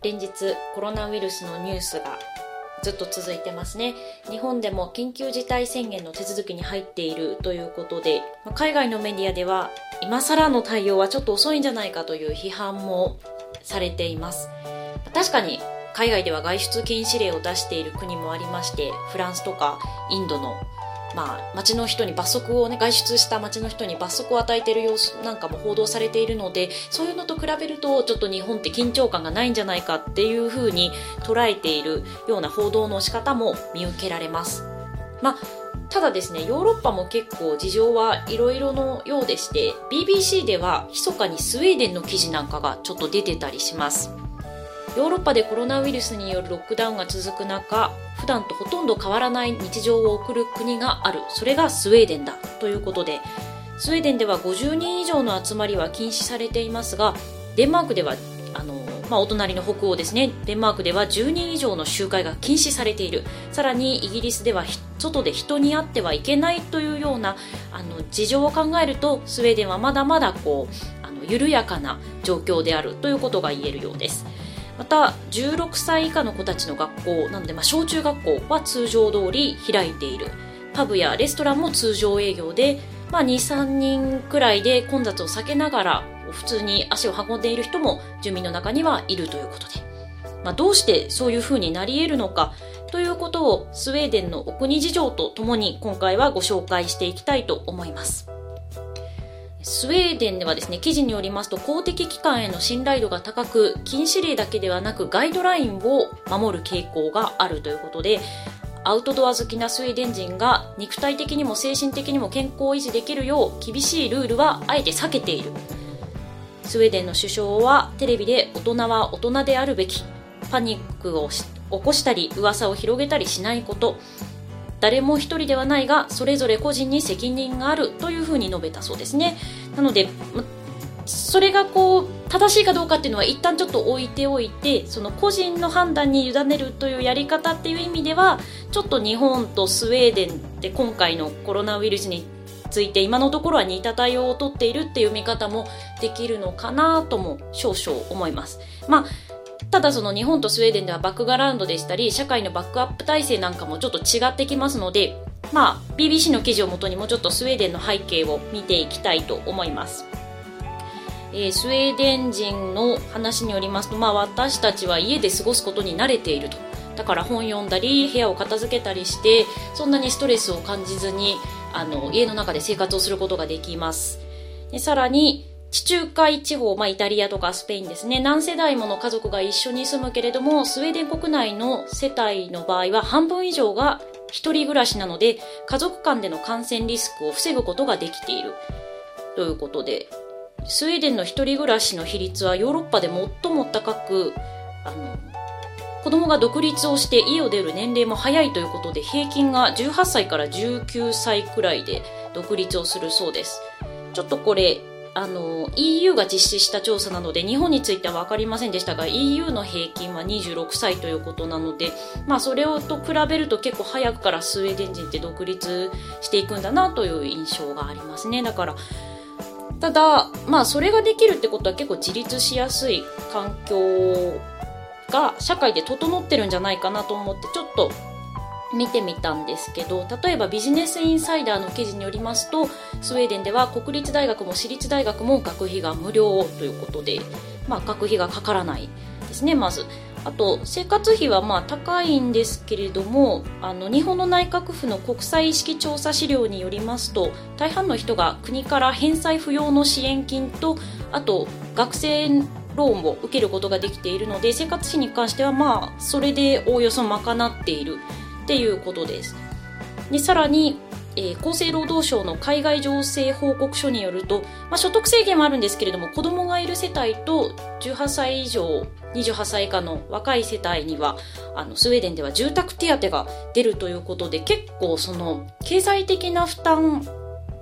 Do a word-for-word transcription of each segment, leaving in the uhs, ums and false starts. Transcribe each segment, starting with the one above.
連日コロナウイルスのニュースがずっと続いてますね。日本でも緊急事態宣言の手続きに入っているということで、海外のメディアでは今更の対応はちょっと遅いんじゃないかという批判もされています。確かに海外では外出禁止令を出している国もありまして、フランスとかインドのまあ、町の人に罰則をね、外出した町の人に罰則を与えている様子なんかも報道されているので、そういうのと比べるとちょっと日本って緊張感がないんじゃないかっていう風に捉えているような報道の仕方も見受けられます。まあただですね、ヨーロッパも結構事情はいろいろのようでして、 ビービーシー では密かにスウェーデンの記事なんかがちょっと出てたりします。ヨーロッパでコロナウイルスによるロックダウンが続く中、普段とほとんど変わらない日常を送る国がある。それがスウェーデンだということで、スウェーデンではごじゅうにん以上の集まりは禁止されていますが、デンマークではあの、まあ、お隣の北欧ですね、デンマークではじゅうにん以上の集会が禁止されている。さらにイギリスでは外で人に会ってはいけないというようなあの事情を考えると、スウェーデンはまだまだこうあの緩やかな状況であるということが言えるようです。またじゅうろくさい以下の子たちの学校なので、まあ、小中学校は通常通り開いている。パブやレストランも通常営業で、まあ、に、さんにんくらいで混雑を避けながら普通に足を運んでいる人も住民の中にはいるということで、まあ、どうしてそういうふうになり得るのかということをスウェーデンのお国事情とともに今回はご紹介していきたいと思います。スウェーデンではですね、記事によりますと、公的機関への信頼度が高く、禁止令だけではなくガイドラインを守る傾向があるということで、アウトドア好きなスウェーデン人が肉体的にも精神的にも健康を維持できるよう厳しいルールはあえて避けている。スウェーデンの首相はテレビで、大人は大人であるべき、パニックを起こしたり噂を広げたりしないこと、誰も一人ではないがそれぞれ個人に責任があるというふうに述べたそうですね。なのでそれがこう正しいかどうかっていうのは一旦ちょっと置いておいて、その個人の判断に委ねるというやり方っていう意味では、ちょっと日本とスウェーデンって今回のコロナウイルスについて今のところは似た対応をとっているっていう見方もできるのかなとも少々思います。まあただその日本とスウェーデンではバックグラウンドでしたり社会のバックアップ体制なんかもちょっと違ってきますので、まあ ビービーシー の記事をもとにもうちょっとスウェーデンの背景を見ていきたいと思います。えー、スウェーデン人の話によりますと、まあ私たちは家で過ごすことに慣れていると。だから本読んだり部屋を片付けたりしてそんなにストレスを感じずにあの家の中で生活をすることができます。でさらに地中海地方、まあ、イタリアとかスペインですね、何世代もの家族が一緒に住むけれども、スウェーデン国内の世帯の場合は半分以上が一人暮らしなので、家族間での感染リスクを防ぐことができているということで、スウェーデンの一人暮らしの比率はヨーロッパで最も高く、あの子供が独立をして家を出る年齢も早いということで、平均がじゅうはっさいからじゅうきゅうさいくらいで独立をするそうです。ちょっとこれあの イーユー が実施した調査なので日本については分かりませんでしたが、 イーユー の平均はにじゅうろくさいということなので、まあそれをと比べると結構早くからスウェーデン人って独立していくんだなという印象がありますね。だからただまあそれができるってことは結構自立しやすい環境が社会で整ってるんじゃないかなと思ってちょっと見てみたんですけど、例えばビジネスインサイダーの記事によりますと、スウェーデンでは国立大学も私立大学も学費が無料ということで、まあ、学費がかからないですね。まずあと生活費はまあ高いんですけれども、あの日本の内閣府の国際意識調査資料によりますと、大半の人が国から返済不要の支援金と、あと学生ローンを受けることができているので、生活費に関してはまあそれでおおよそ賄っているっていうことです。でさらに、えー、厚生労働省の海外情勢報告書によると、まあ、所得制限はあるんですけれども、子供がいる世帯とじゅうはっさい以上にじゅうはっさい以下の若い世帯にはあのスウェーデンでは住宅手当が出るということで、結構その経済的な負担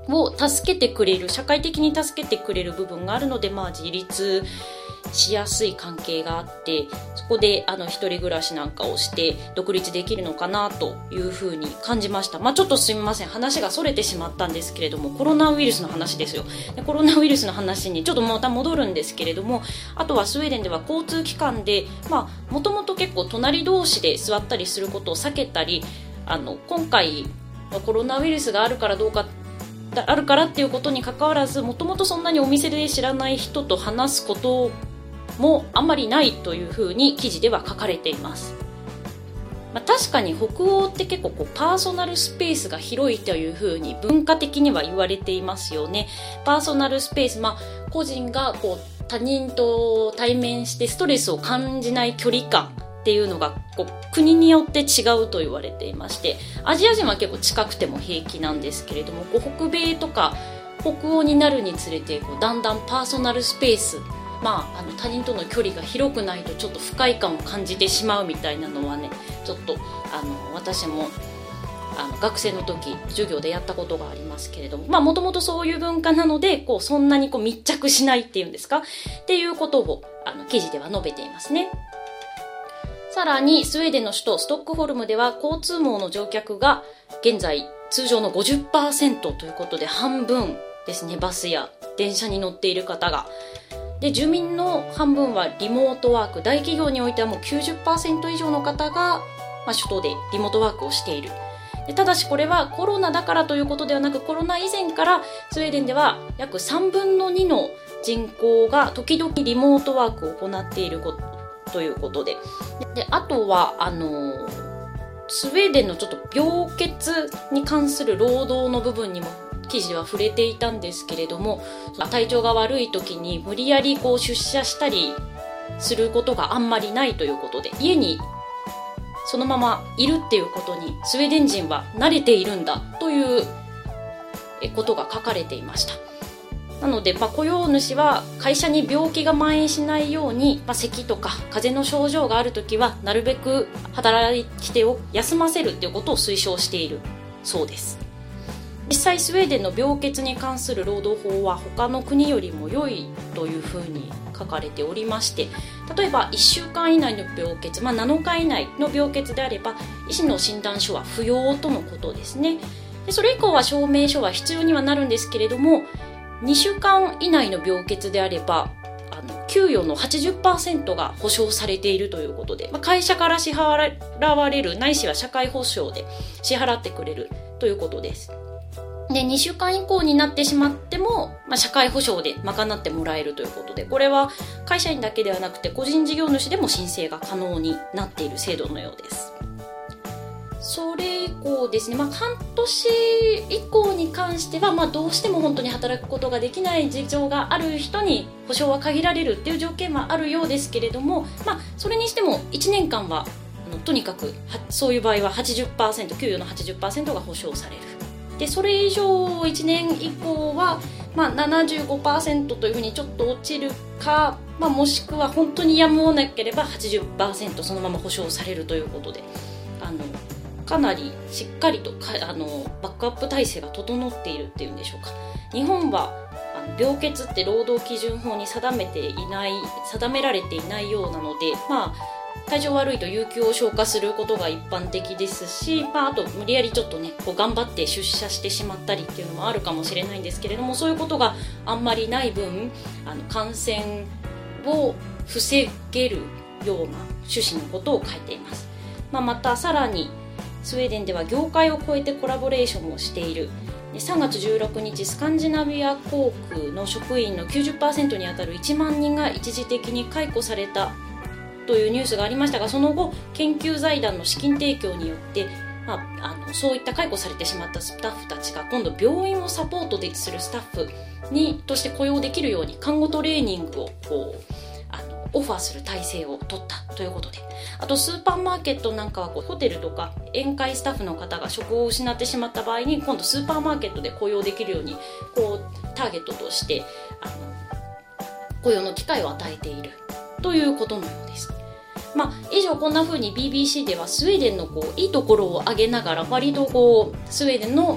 を助けてくれる、社会的に助けてくれる部分があるので、まあ自立しやすい関係があって、そこであの一人暮らしなんかをして独立できるのかなというふうに感じました。まあちょっとすみません、話がそれてしまったんですけれども、コロナウイルスの話ですよ。でコロナウイルスの話にちょっとまた戻るんですけれども、あとはスウェーデンでは交通機関で、まあもともと結構隣同士で座ったりすることを避けたり、あの今回コロナウイルスがあるからどうかあるからっていうことに関わらず、もともとそんなにお店で知らない人と話すこともあんまりないというふうに記事では書かれています。まあ、確かに北欧って結構こうパーソナルスペースが広いというふうに文化的には言われていますよね。パーソナルスペース、まあ、個人がこう他人と対面してストレスを感じない距離感っていうのがこう国によって違うと言われていまして、アジア人は結構近くても平気なんですけれども、こう北米とか北欧になるにつれてこうだんだんパーソナルスペース、まあ、あの他人との距離が広くないとちょっと不快感を感じてしまうみたいなのはね、ちょっとあの私もあの学生の時授業でやったことがありますけれども、まあもともとそういう文化なので、こうそんなにこう密着しないっていうんですかっていうことをあの記事では述べていますね。さらにスウェーデンの首都ストックホルムでは交通網の乗客が現在通常の ごじゅっパーセント ということで半分ですね、バスや電車に乗っている方が。で住民の半分はリモートワーク、大企業においてはもう きゅうじゅっパーセント 以上の方が、まあ、首都でリモートワークをしている。でただしこれはコロナだからということではなく、コロナ以前からスウェーデンでは約さんぶんのにの人口が時々リモートワークを行っていることということで、であとはあのスウェーデンのちょっと病欠に関する労働の部分にも記事では触れていたんですけれども、体調が悪い時に無理やりこう出社したりすることがあんまりないということで、家にそのままいるっていうことにスウェーデン人は慣れているんだということが書かれていました。なので、まあ、雇用主は会社に病気が蔓延しないように、まあ、咳とか風邪の症状があるときはなるべく働き手を休ませるということを推奨しているそうです。実際スウェーデンの病欠に関する労働法は他の国よりも良いというふうに書かれておりまして、例えばいっしゅうかん以内の病欠、まあ、なのか以内の病欠であれば医師の診断書は不要とのことですね。でそれ以降は証明書は必要にはなるんですけれども、にしゅうかん以内の病欠であればあの給与の はちじゅっパーセント が保証されているということで、まあ、会社から支払われるないしは社会保障で支払ってくれるということです。でにしゅうかん以降になってしまっても、まあ、社会保障で賄ってもらえるということで、これは会社員だけではなくて個人事業主でも申請が可能になっている制度のようです。それ以降ですね、まあ、半年以降に関しては、まあ、どうしても本当に働くことができない事情がある人に保証は限られるっていう条件はあるようですけれども、まあ、それにしてもいちねんかんはあのとにかくそういう場合は はちじゅっパーセント 給与の はちじゅっパーセント が保証される。でそれ以上いちねん以降は、まあ、ななじゅうごパーセント というふうにちょっと落ちるか、まあ、もしくは本当にやむをなければ はちじゅっパーセント そのまま保証されるということで、あのかなりしっかりとかあのバックアップ体制が整っているっていうんでしょうか。日本はあの病欠って労働基準法に定めていない定められていないようなので、まあ、体調悪いと有給を消化することが一般的ですし、まあ、あと無理やりちょっとねこう頑張って出社してしまったりっていうのもあるかもしれないんですけれども、そういうことがあんまりない分あの感染を防げるような趣旨のことを書いています。まあ、またさらにスウェーデンでは業界を超えてコラボレーションをしている。さんがつじゅうろくにちスカンジナビア航空の職員の きゅうじゅっパーセント にあたるいちまんにんが一時的に解雇されたというニュースがありましたが、その後研究財団の資金提供によって、まあ、あのそういった解雇されてしまったスタッフたちが今度病院をサポートするスタッフにとして雇用できるように看護トレーニングをこうあのオファーする体制を取ったということで、あとスーパーマーケットなんかはこうホテルとか宴会スタッフの方が職を失ってしまった場合に今度スーパーマーケットで雇用できるようにこうターゲットとしてあの雇用の機会を与えているということのようです。まあ、以上こんな風に ビービーシー ではスウェーデンのこういいところを挙げながら割とこうスウェーデンの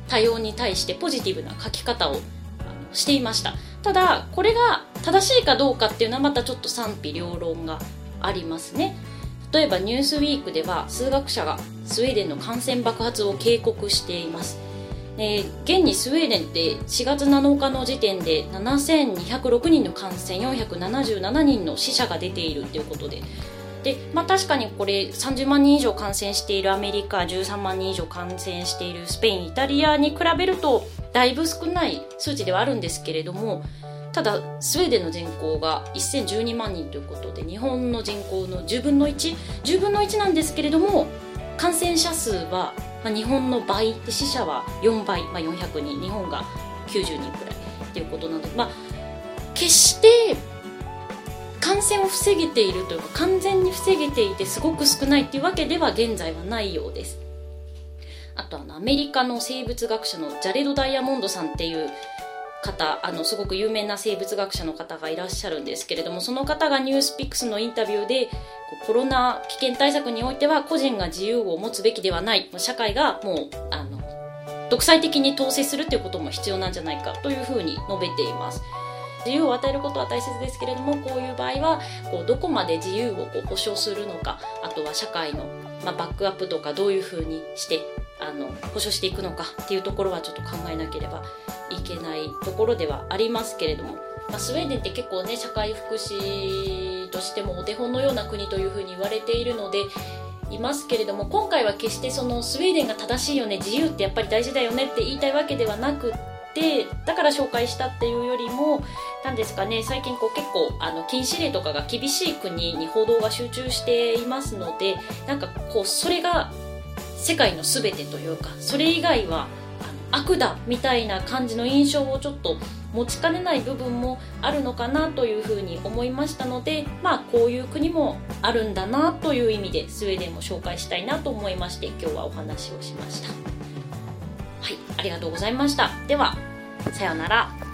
多様に対してポジティブな書き方をあのしていました。ただこれが正しいかどうかっていうのはまたちょっと賛否両論がありますね。例えばニュースウィークでは数学者がスウェーデンの感染爆発を警告しています。えー、現にスウェーデンってしがつなのかの時点でななせんにひゃくろくにんの感染、よんひゃくななじゅうななにんの死者が出ているということで、で、まあ、確かにこれさんじゅうまんにん以上感染しているアメリカ、じゅうさんまんにん以上感染しているスペイン、イタリアに比べるとだいぶ少ない数値ではあるんですけれども、ただスウェーデンの人口がせんじゅうにまんにんということで日本の人口のじゅうぶんのいち、じゅうぶんのいちなんですけれども、感染者数はまあ日本の倍で死者はよんばい、まあ、よんひゃくにん、日本がきゅうじゅうにんくらいということなので、まあ、決して感染を防げているというか完全に防げていてすごく少ないというわけでは現在はないようです。あとあのアメリカの生物学者のジャレド・ダイヤモンドさんっていう方、あのすごく有名な生物学者の方がいらっしゃるんですけれども、その方がニュースピックスのインタビューでコロナ危険対策においては個人が自由を持つべきではない、社会がもうあの独裁的に統制するということも必要なんじゃないかというふうに述べています。自由を与えることは大切ですけれども、こういう場合はこうどこまで自由をこう保障するのか、あとは社会の、まあ、バックアップとかどういうふうにしてあの保障していくのかっていうところはちょっと考えなければいけないところではありますけれども、まあ、スウェーデンって結構ね社会福祉としてもお手本のような国というふうに言われているのでいますけれども、今回は決してそのスウェーデンが正しいよね、自由ってやっぱり大事だよねって言いたいわけではなくって、だから紹介したっていうよりもなんですかね、最近こう結構あの禁止令とかが厳しい国に報道が集中していますので、なんかこうそれが世界の全てというか、それ以外はあの悪だみたいな感じの印象をちょっと持ちかねない部分もあるのかなというふうに思いましたので、まあこういう国もあるんだなという意味でスウェーデンも紹介したいなと思いまして、今日はお話をしました。はい、ありがとうございました。ではさようなら。